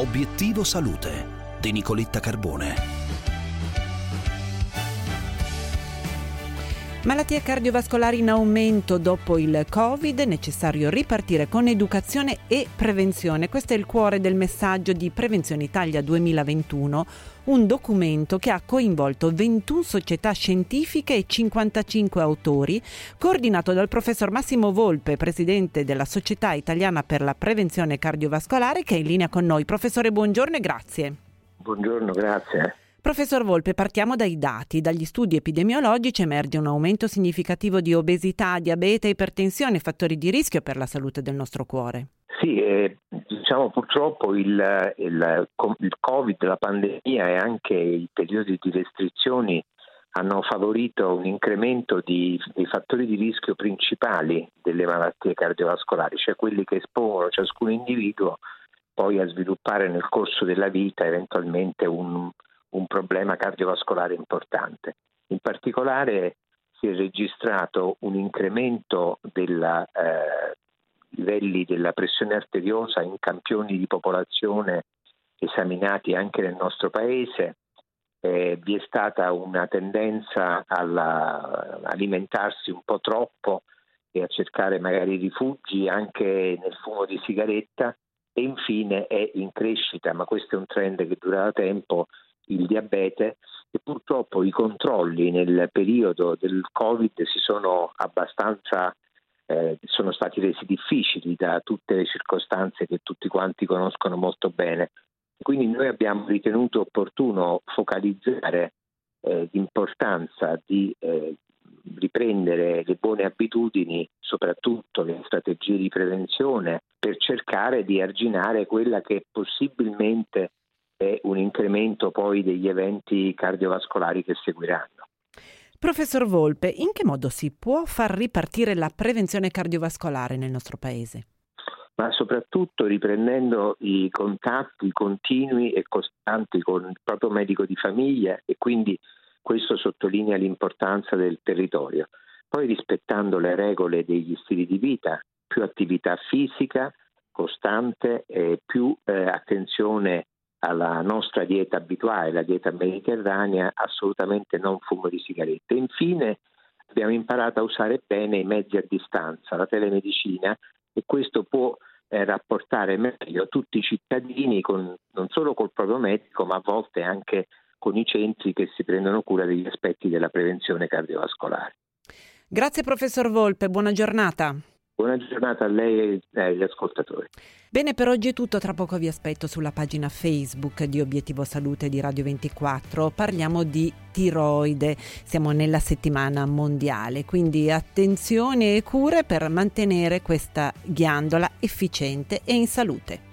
Obiettivo Salute di Nicoletta Carbone. Malattie cardiovascolari in aumento dopo il Covid, è necessario ripartire con educazione e prevenzione. Questo è il cuore del messaggio di Prevenzione Italia 2021, un documento che ha coinvolto 21 società scientifiche e 55 autori, coordinato dal professor Massimo Volpe, presidente della Società Italiana per la Prevenzione Cardiovascolare, che è in linea con noi. Professore, buongiorno e grazie. Buongiorno, grazie. Professor Volpe, partiamo dai dati. Dagli studi epidemiologici emerge un aumento significativo di obesità, diabete, ipertensione, fattori di rischio per la salute del nostro cuore. Sì, purtroppo il Covid, la pandemia e anche i periodi di restrizioni hanno favorito un incremento dei fattori di rischio principali delle malattie cardiovascolari, cioè quelli che espongono ciascun individuo poi a sviluppare nel corso della vita eventualmente un problema cardiovascolare importante. In particolare si è registrato un incremento dei livelli della pressione arteriosa in campioni di popolazione esaminati anche nel nostro paese. Vi è stata una tendenza alimentarsi un po' troppo e a cercare magari rifugi anche nel fumo di sigaretta, e infine è in crescita, ma questo è un trend che dura da tempo, il diabete, e purtroppo i controlli nel periodo del Covid sono stati resi difficili da tutte le circostanze che tutti quanti conoscono molto bene. Quindi noi abbiamo ritenuto opportuno focalizzare l'importanza di riprendere le buone abitudini, soprattutto le strategie di prevenzione, per cercare di arginare quella che possibilmente è un incremento poi degli eventi cardiovascolari che seguiranno. Professor Volpe, in che modo si può far ripartire la prevenzione cardiovascolare nel nostro paese? Ma soprattutto riprendendo i contatti continui e costanti con il proprio medico di famiglia, e quindi questo sottolinea l'importanza del territorio. Poi rispettando le regole degli stili di vita, più attività fisica costante, più attenzione alla nostra dieta abituale, la dieta mediterranea, assolutamente non fumo di sigarette. Infine abbiamo imparato a usare bene i mezzi a distanza, la telemedicina, e questo può rapportare meglio tutti i cittadini non solo col proprio medico, ma a volte anche con i centri che si prendono cura degli aspetti della prevenzione cardiovascolare. Grazie professor Volpe, buona giornata. Buona giornata a lei e agli ascoltatori. Bene, per oggi è tutto. Tra poco vi aspetto sulla pagina Facebook di Obiettivo Salute di Radio 24. Parliamo di tiroide. Siamo nella settimana mondiale, quindi attenzione e cure per mantenere questa ghiandola efficiente e in salute.